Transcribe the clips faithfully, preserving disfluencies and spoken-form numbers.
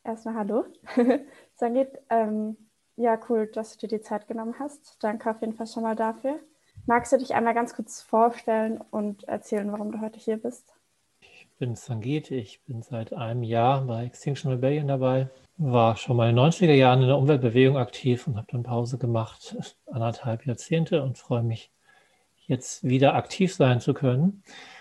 Erstmal hallo. Sangeet, ähm, ja, cool, dass du dir die Zeit genommen hast. Danke auf jeden Fall schon mal dafür. Magst du dich einmal ganz kurz vorstellen und erzählen, warum du heute hier bist? Ich bin Sangeet, ich bin seit einem Jahr bei Extinction Rebellion dabei, war schon mal in den neunziger Jahren in der Umweltbewegung aktiv und habe dann Pause gemacht, anderthalb Jahrzehnte, und freue mich, jetzt wieder aktiv sein zu können.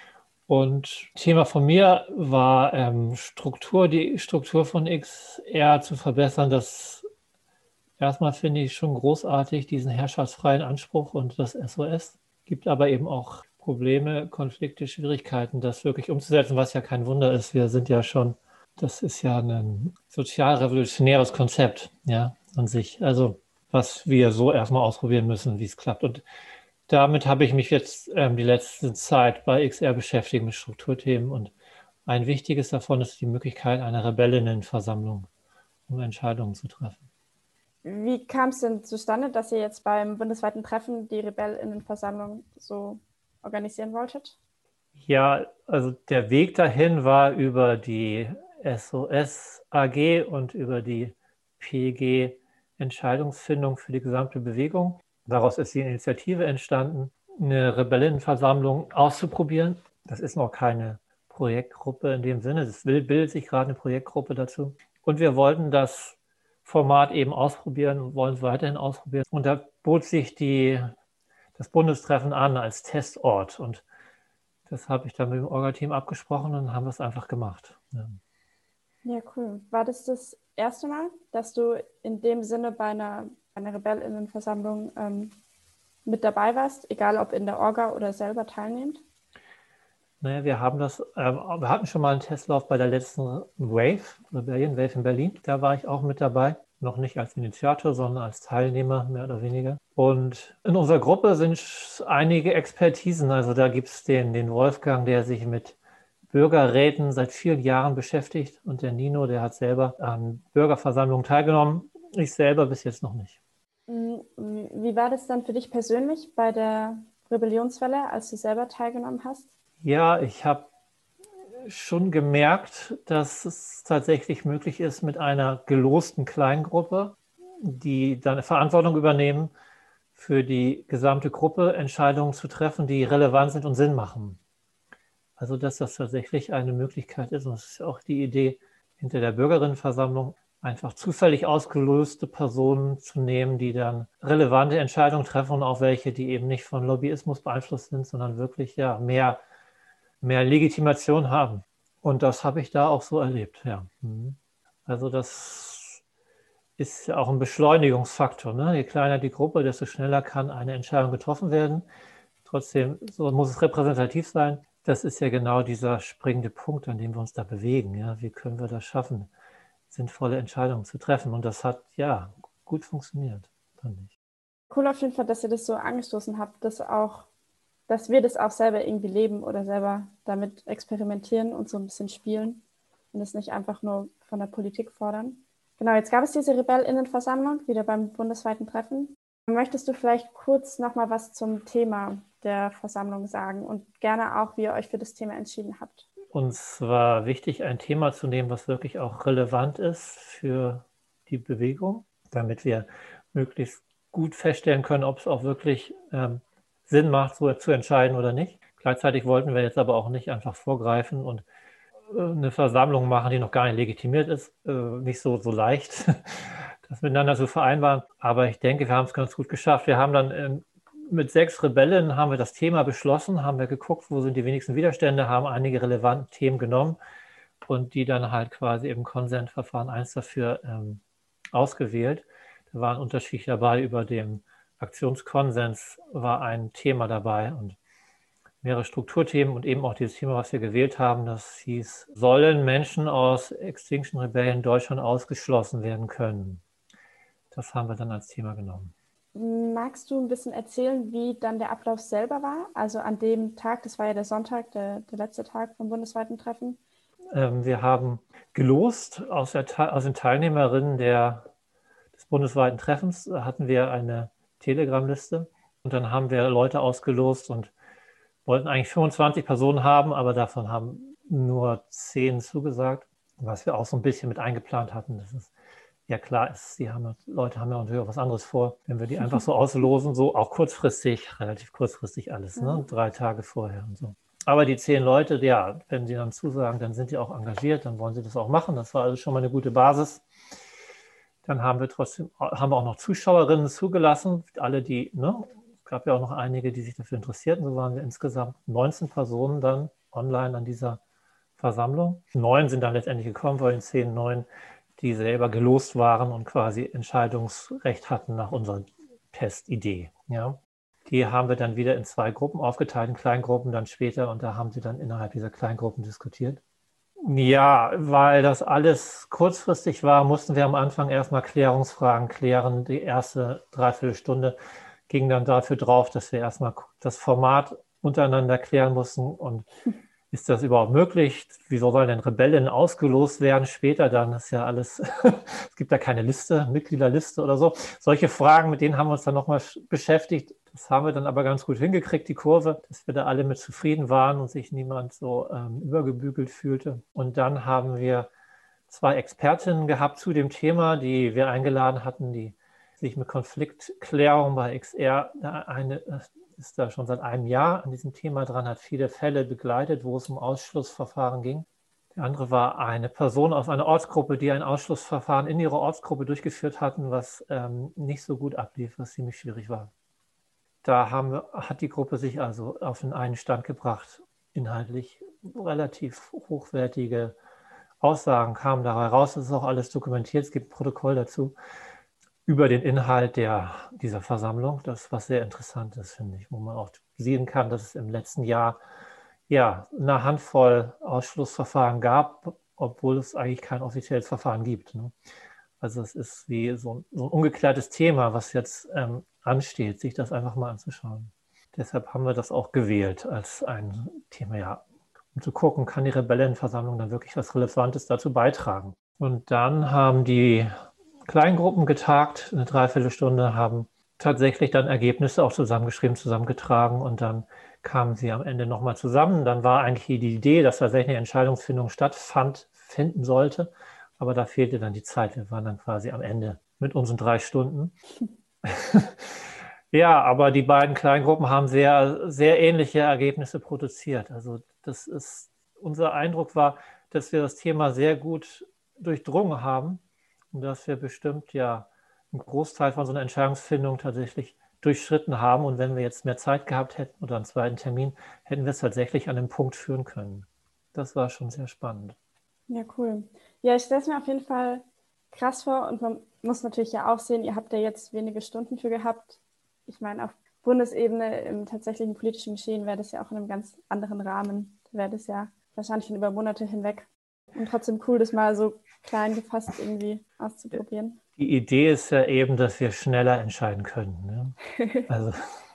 Und Thema von mir war ähm, Struktur, die Struktur von X R zu verbessern. Das erstmal finde ich schon großartig, diesen herrschaftsfreien Anspruch und das S O S. Gibt aber eben auch Probleme, Konflikte, Schwierigkeiten, das wirklich umzusetzen, was ja kein Wunder ist. Wir sind ja schon, das ist ja ein sozialrevolutionäres Konzept, ja, an sich. Also, was wir so erstmal ausprobieren müssen, wie es klappt. Und damit habe ich mich jetzt ähm, die letzte Zeit bei X R beschäftigt mit Strukturthemen. Und ein wichtiges davon ist die Möglichkeit einer Rebellinnenversammlung, um Entscheidungen zu treffen. Wie kam es denn zustande, dass ihr jetzt beim bundesweiten Treffen die Rebellinnenversammlung so organisieren wolltet? Ja, also der Weg dahin war über die S O S A G und über die P G Entscheidungsfindung für die gesamte Bewegung. Daraus ist die Initiative entstanden, eine Rebellinnenversammlung auszuprobieren. Das ist noch keine Projektgruppe in dem Sinne. Es bildet sich gerade eine Projektgruppe dazu. Und wir wollten das Format eben ausprobieren und wollen es weiterhin ausprobieren. Und da bot sich die, das Bundestreffen an als Testort. Und das habe ich dann mit dem Orga-Team abgesprochen und haben das einfach gemacht. Ja. Ja, cool. War das das erste Mal, dass du in dem Sinne bei einer, einer Rebellinnenversammlung ähm, mit dabei warst, egal ob in der Orga oder selber teilnehmend? Naja, wir haben das, ähm, wir hatten schon mal einen Testlauf bei der letzten Wave, Rebellion Wave in Berlin. Da war ich auch mit dabei. Noch nicht als Initiator, sondern als Teilnehmer, mehr oder weniger. Und in unserer Gruppe sind einige Expertisen. Also da gibt es den, den Wolfgang, der sich mit Bürgerräten seit vielen Jahren beschäftigt. Und der Nino, der hat selber an Bürgerversammlungen teilgenommen. Ich selber bis jetzt noch nicht. Wie war das dann für dich persönlich bei der Rebellionswelle, als du selber teilgenommen hast? Ja, ich habe schon gemerkt, dass es tatsächlich möglich ist, mit einer gelosten Kleingruppe, die dann Verantwortung übernehmen, für die gesamte Gruppe Entscheidungen zu treffen, die relevant sind und Sinn machen. Also, dass das tatsächlich eine Möglichkeit ist. Und das ist auch die Idee hinter der Bürgerinnenversammlung, einfach zufällig ausgelöste Personen zu nehmen, die dann relevante Entscheidungen treffen, und auch welche, die eben nicht von Lobbyismus beeinflusst sind, sondern wirklich ja mehr, mehr Legitimation haben. Und das habe ich da auch so erlebt, ja. Also das ist ja auch ein Beschleunigungsfaktor, ne? Je kleiner die Gruppe, desto schneller kann eine Entscheidung getroffen werden. Trotzdem so muss es repräsentativ sein. Das ist ja genau dieser springende Punkt, an dem wir uns da bewegen. Ja? Wie können wir das schaffen, sinnvolle Entscheidungen zu treffen? Und das hat ja gut funktioniert, fand ich. Cool auf jeden Fall, dass ihr das so angestoßen habt, dass auch, dass wir das auch selber irgendwie leben oder selber damit experimentieren und so ein bisschen spielen und es nicht einfach nur von der Politik fordern. Genau, jetzt gab es diese Rebellinnenversammlung wieder beim bundesweiten Treffen. Möchtest du vielleicht kurz nochmal was zum Thema der Versammlung sagen und gerne auch, wie ihr euch für das Thema entschieden habt? Uns war wichtig, ein Thema zu nehmen, was wirklich auch relevant ist für die Bewegung, damit wir möglichst gut feststellen können, ob es auch wirklich ähm, Sinn macht, so zu entscheiden oder nicht. Gleichzeitig wollten wir jetzt aber auch nicht einfach vorgreifen und äh, eine Versammlung machen, die noch gar nicht legitimiert ist. Äh, nicht so, so leicht, das miteinander zu vereinbaren. Aber ich denke, wir haben es ganz gut geschafft. Wir haben dann ähm, mit sechs Rebellen haben wir das Thema beschlossen, haben wir geguckt, wo sind die wenigsten Widerstände, haben einige relevante Themen genommen und die dann halt quasi im Konsensverfahren eins dafür ähm, ausgewählt. Da waren Unterschiede dabei, über dem Aktionskonsens war ein Thema dabei und mehrere Strukturthemen und eben auch dieses Thema, was wir gewählt haben, das hieß, sollen Menschen aus Extinction Rebellion Deutschland ausgeschlossen werden können? Das haben wir dann als Thema genommen. Magst du ein bisschen erzählen, wie dann der Ablauf selber war? Also an dem Tag, das war ja der Sonntag, der, der letzte Tag vom bundesweiten Treffen. Ähm, wir haben gelost aus, der, aus den Teilnehmerinnen der, des bundesweiten Treffens, hatten wir eine Telegram-Liste und dann haben wir Leute ausgelost und wollten eigentlich fünfundzwanzig Personen haben, aber davon haben nur zehn zugesagt. was wir auch so ein bisschen mit eingeplant hatten. Das ist ja klar ist, die haben, Leute haben ja natürlich auch was anderes vor. Wenn wir die einfach so auslosen, so auch kurzfristig, relativ kurzfristig alles, ne? Drei Tage vorher und so. Aber die zehn Leute, ja, wenn sie dann zusagen, dann sind die auch engagiert, dann wollen sie das auch machen. Das war also schon mal eine gute Basis. Dann haben wir trotzdem, haben wir auch noch Zuschauerinnen zugelassen, alle die, ne, es gab ja auch noch einige, die sich dafür interessierten. So waren wir insgesamt neunzehn Personen dann online an dieser Versammlung. Neun sind dann letztendlich gekommen, von den zehn, neun, die selber gelost waren und quasi Entscheidungsrecht hatten nach unserer Testidee. Ja. Die haben wir dann wieder in zwei Gruppen aufgeteilt, in Kleingruppen dann später, und da haben sie dann innerhalb dieser Kleingruppen diskutiert. Ja, weil das alles kurzfristig war, mussten wir am Anfang erstmal Klärungsfragen klären. Die erste Dreiviertelstunde ging dann dafür drauf, dass wir erstmal das Format untereinander klären mussten und ist das überhaupt möglich? Wieso sollen denn Rebellen ausgelost werden später? Dann ist ja alles, es gibt da keine Liste, Mitgliederliste oder so. Solche Fragen, mit denen haben wir uns dann nochmal beschäftigt. Das haben wir dann aber ganz gut hingekriegt, die Kurve, dass wir da alle mit zufrieden waren und sich niemand so ähm, übergebügelt fühlte. Und dann haben wir zwei Expertinnen gehabt zu dem Thema, die wir eingeladen hatten, die sich mit Konfliktklärung bei X R, eine ist da schon seit einem Jahr an diesem Thema dran, hat viele Fälle begleitet, wo es um Ausschlussverfahren ging. Der andere war eine Person aus einer Ortsgruppe, die ein Ausschlussverfahren in ihrer Ortsgruppe durchgeführt hatten, was ähm, nicht so gut ablief, was ziemlich schwierig war. Da haben wir, hat die Gruppe sich also auf den einen Stand gebracht, inhaltlich relativ hochwertige Aussagen kamen dabei raus. Das ist auch alles dokumentiert, es gibt ein Protokoll dazu über den Inhalt der, dieser Versammlung. Das, was sehr interessant ist, finde ich, wo man auch sehen kann, dass es im letzten Jahr ja eine Handvoll Ausschlussverfahren gab, obwohl es eigentlich kein offizielles Verfahren gibt. Ne? Also es ist wie so ein, so ein ungeklärtes Thema, was jetzt ähm, ansteht, sich das einfach mal anzuschauen. Deshalb haben wir das auch gewählt als ein Thema, ja, um zu gucken, kann die Rebellenversammlung dann wirklich was Relevantes dazu beitragen. Und dann haben die Kleingruppen getagt, eine Dreiviertelstunde, haben tatsächlich dann Ergebnisse auch zusammengeschrieben, zusammengetragen und dann kamen sie am Ende nochmal zusammen. Dann war eigentlich die Idee, dass tatsächlich eine Entscheidungsfindung stattfand, finden sollte, aber da fehlte dann die Zeit. Wir waren dann quasi am Ende mit unseren drei Stunden. Ja, aber die beiden Kleingruppen haben sehr, sehr ähnliche Ergebnisse produziert. Also das ist, unser Eindruck war, dass wir das Thema sehr gut durchdrungen haben. Und dass wir bestimmt ja einen Großteil von so einer Entscheidungsfindung tatsächlich durchschritten haben. Und wenn wir jetzt mehr Zeit gehabt hätten oder einen zweiten Termin, hätten wir es tatsächlich an den Punkt führen können. Das war schon sehr spannend. Ja, cool. Ja, ich stelle es mir auf jeden Fall krass vor. Und man muss natürlich ja auch sehen, ihr habt ja jetzt wenige Stunden für gehabt. Ich meine, auf Bundesebene im tatsächlichen politischen Geschehen wäre das ja auch in einem ganz anderen Rahmen. Da wäre das ja wahrscheinlich schon über Monate hinweg. Und trotzdem cool, das mal so klein gefasst irgendwie auszuprobieren. Die Idee ist ja eben, dass wir schneller entscheiden können. Ne? Also,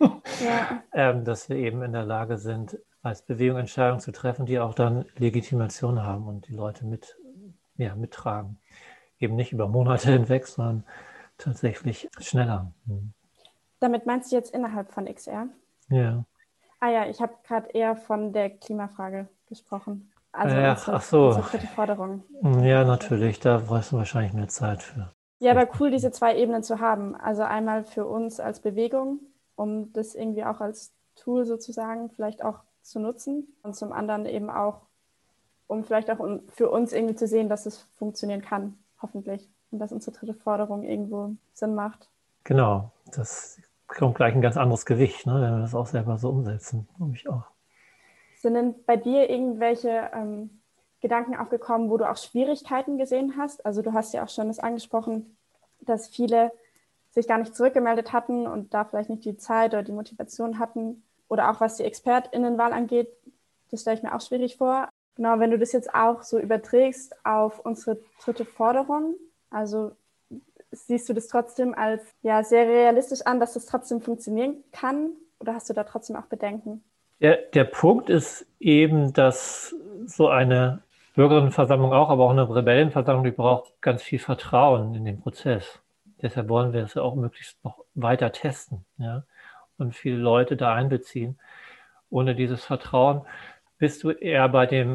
ja. ähm, dass wir eben in der Lage sind, als Bewegung Entscheidungen zu treffen, die auch dann Legitimation haben und die Leute mit, ja, mittragen. Eben nicht über Monate hinweg, sondern tatsächlich schneller. Hm. Damit meinst du jetzt innerhalb von X R? Ja. Ah ja, ich habe gerade eher von der Klimafrage gesprochen. Also ja, unsere, ach so. unsere dritte Forderung. Ja, natürlich, da brauchst du wahrscheinlich mehr Zeit für. Ja, aber cool, diese zwei Ebenen zu haben. Also einmal für uns als Bewegung, um das irgendwie auch als Tool sozusagen vielleicht auch zu nutzen. Und zum anderen eben auch, um vielleicht auch für uns irgendwie zu sehen, dass es funktionieren kann, hoffentlich. Und dass unsere dritte Forderung irgendwo Sinn macht. Genau, das kommt gleich ein ganz anderes Gewicht, ne, wenn wir das auch selber so umsetzen, glaube ich auch. Sind denn bei dir irgendwelche ähm, Gedanken aufgekommen, wo du auch Schwierigkeiten gesehen hast? Also du hast ja auch schon das angesprochen, dass viele sich gar nicht zurückgemeldet hatten und da vielleicht nicht die Zeit oder die Motivation hatten. Oder auch was die ExpertInnenwahl angeht, das stelle ich mir auch schwierig vor. Genau, wenn du das jetzt auch so überträgst auf unsere dritte Forderung, also siehst du das trotzdem als ja, sehr realistisch an, dass das trotzdem funktionieren kann? Oder hast du da trotzdem auch Bedenken? Der, der Punkt ist eben, dass so eine Bürgerinnenversammlung auch, aber auch eine Rebellenversammlung, die braucht ganz viel Vertrauen in den Prozess. Deshalb wollen wir es ja auch möglichst noch weiter testen, ja, und viele Leute da einbeziehen. Ohne dieses Vertrauen bist du eher bei dem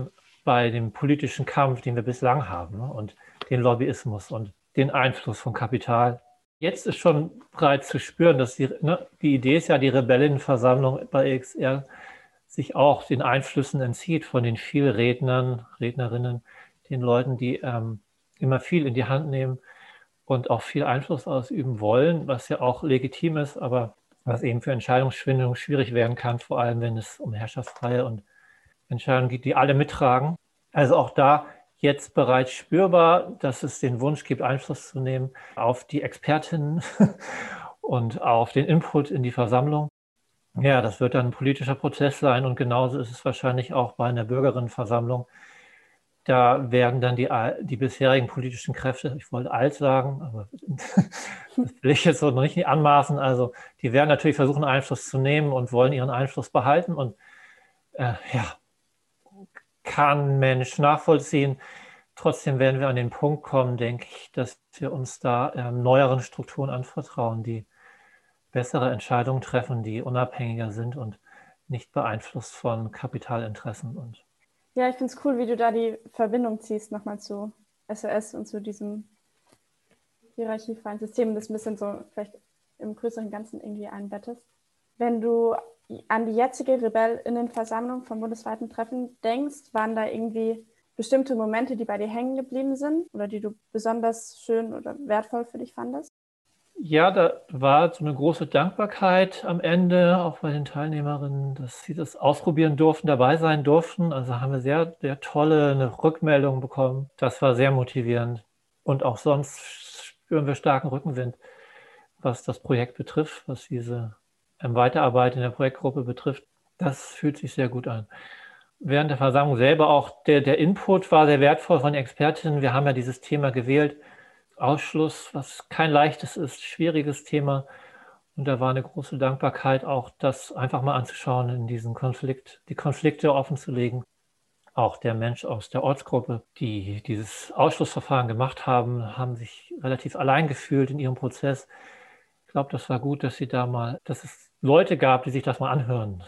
bei dem politischen Kampf, den wir bislang haben, ne? Und den Lobbyismus und den Einfluss von Kapital. Jetzt ist schon bereits zu spüren, dass die, ne, die Idee ist ja, die Rebellinnenversammlung bei X R sich auch den Einflüssen entzieht von den vielen Rednern, Rednerinnen, den Leuten, die ähm, immer viel in die Hand nehmen und auch viel Einfluss ausüben wollen, was ja auch legitim ist, aber was eben für Entscheidungsfindung schwierig werden kann, vor allem wenn es um herrschaftsfreie und Entscheidungen geht, die alle mittragen. Also auch da jetzt bereits spürbar, dass es den Wunsch gibt, Einfluss zu nehmen auf die Expertinnen und auf den Input in die Versammlung. Ja, das wird dann ein politischer Prozess sein und genauso ist es wahrscheinlich auch bei einer Bürgerinnenversammlung. Da werden dann die, die bisherigen politischen Kräfte, ich wollte alt sagen, aber das will ich jetzt so noch nicht anmaßen, also die werden natürlich versuchen, Einfluss zu nehmen und wollen ihren Einfluss behalten und äh, ja, kann Mensch nachvollziehen. Trotzdem werden wir an den Punkt kommen, denke ich, dass wir uns da ähm, neueren Strukturen anvertrauen, die bessere Entscheidungen treffen, die unabhängiger sind und nicht beeinflusst von Kapitalinteressen. Und ja, ich finde es cool, wie du da die Verbindung ziehst nochmal zu S O S und zu diesem hierarchiefreien System, das ein bisschen so vielleicht im größeren Ganzen irgendwie einbettest. Wenn du an die jetzige Rebellinnenversammlung vom bundesweiten Treffen denkst, waren da irgendwie bestimmte Momente, die bei dir hängen geblieben sind oder die du besonders schön oder wertvoll für dich fandest? Ja, da war so eine große Dankbarkeit am Ende, auch bei den Teilnehmerinnen, dass sie das ausprobieren durften, dabei sein durften. Also haben wir sehr, sehr tolle eine Rückmeldung bekommen. Das war sehr motivierend. Und auch sonst spüren wir starken Rückenwind, was das Projekt betrifft, was diese Weiterarbeit in der Projektgruppe betrifft. Das fühlt sich sehr gut an. Während der Versammlung selber auch der, der Input war sehr wertvoll von den Expertinnen. Wir haben ja dieses Thema gewählt, Ausschluss, was kein leichtes ist, schwieriges Thema. Und da war eine große Dankbarkeit auch, das einfach mal anzuschauen, in diesen Konflikt, die Konflikte offen zu legen. Auch der Mensch aus der Ortsgruppe, die dieses Ausschlussverfahren gemacht haben, haben sich relativ allein gefühlt in ihrem Prozess. Ich glaube, das war gut, dass sie da mal, dass es Leute gab, die sich das mal anhören.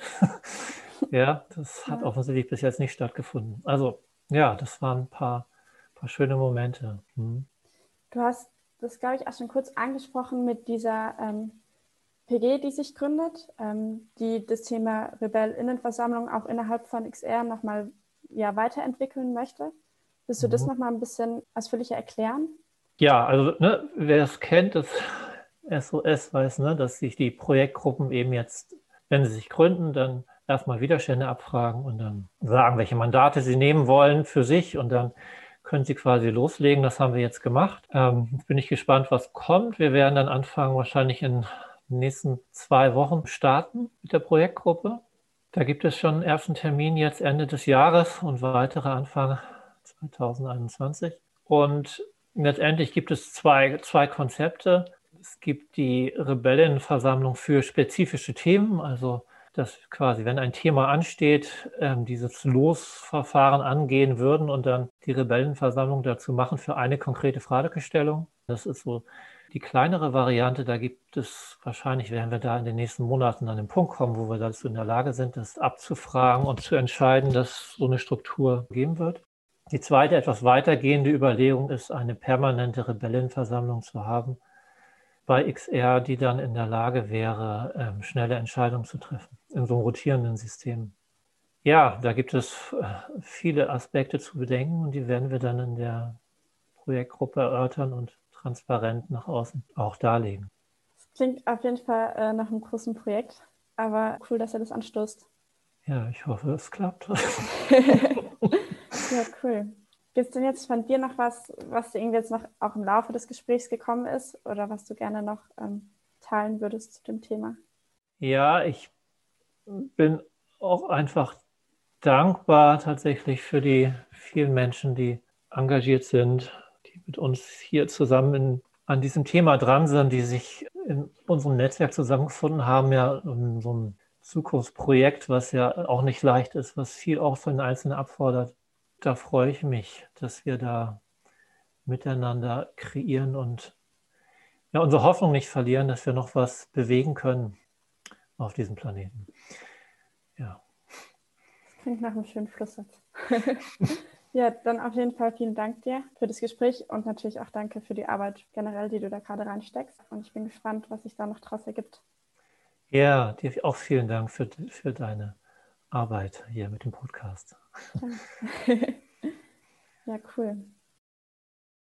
Ja, das hat ja offensichtlich bis jetzt nicht stattgefunden. Also ja, das waren ein paar, paar schöne Momente. Hm. Du hast das, glaube ich, auch schon kurz angesprochen mit dieser ähm, P G, die sich gründet, ähm, die das Thema Rebellinnenversammlung auch innerhalb von X R nochmal ja, weiterentwickeln möchte. Willst du das Mhm. nochmal ein bisschen ausführlicher erklären? Ja, also ne, wer es kennt, das S O S weiß, ne, dass sich die Projektgruppen eben jetzt, wenn sie sich gründen, dann erstmal Widerstände abfragen und dann sagen, welche Mandate sie nehmen wollen für sich und dann können sie quasi loslegen. Das haben wir jetzt gemacht. Ähm, jetzt bin ich gespannt, was kommt. Wir werden dann anfangen, wahrscheinlich in den nächsten zwei Wochen starten mit der Projektgruppe. Da gibt es schon einen ersten Termin jetzt Ende des Jahres und weitere Anfang zwanzig einundzwanzig. Und letztendlich gibt es zwei, zwei Konzepte. Es gibt die Rebellinnenversammlung für spezifische Themen, also dass quasi, wenn ein Thema ansteht, ähm, dieses Losverfahren angehen würden und dann die Rebellenversammlung dazu machen für eine konkrete Fragestellung. Das ist so die kleinere Variante. Da gibt es wahrscheinlich, werden wir da in den nächsten Monaten an den Punkt kommen, wo wir dazu in der Lage sind, das abzufragen und zu entscheiden, dass es so eine Struktur geben wird. Die zweite, etwas weitergehende Überlegung ist, eine permanente Rebellenversammlung zu haben bei X R, die dann in der Lage wäre, ähm, schnelle Entscheidungen zu treffen, in so einem rotierenden System. Ja, da gibt es äh, viele Aspekte zu bedenken und die werden wir dann in der Projektgruppe erörtern und transparent nach außen auch darlegen. Das klingt auf jeden Fall äh, nach einem großen Projekt, aber cool, dass ihr das anstoßt. Ja, ich hoffe, es klappt. Ja, cool. Gibt es denn jetzt von dir noch was, was dir irgendwie jetzt noch auch im Laufe des Gesprächs gekommen ist oder was du gerne noch ähm, teilen würdest zu dem Thema? Ja, ich bin auch einfach dankbar tatsächlich für die vielen Menschen, die engagiert sind, die mit uns hier zusammen in, an diesem Thema dran sind, die sich in unserem Netzwerk zusammengefunden haben, ja, in so einem Zukunftsprojekt, was ja auch nicht leicht ist, was viel auch von den Einzelnen abfordert. Da freue ich mich, dass wir da miteinander kreieren und ja, unsere Hoffnung nicht verlieren, dass wir noch was bewegen können auf diesem Planeten. Ja. Das klingt nach einem schönen Schlusssatz. Ja, dann auf jeden Fall vielen Dank dir für das Gespräch und natürlich auch danke für die Arbeit generell, die du da gerade reinsteckst. Und ich bin gespannt, was sich da noch draus ergibt. Ja, dir auch vielen Dank für, für deine Arbeit hier mit dem Podcast. Ja, ja, cool.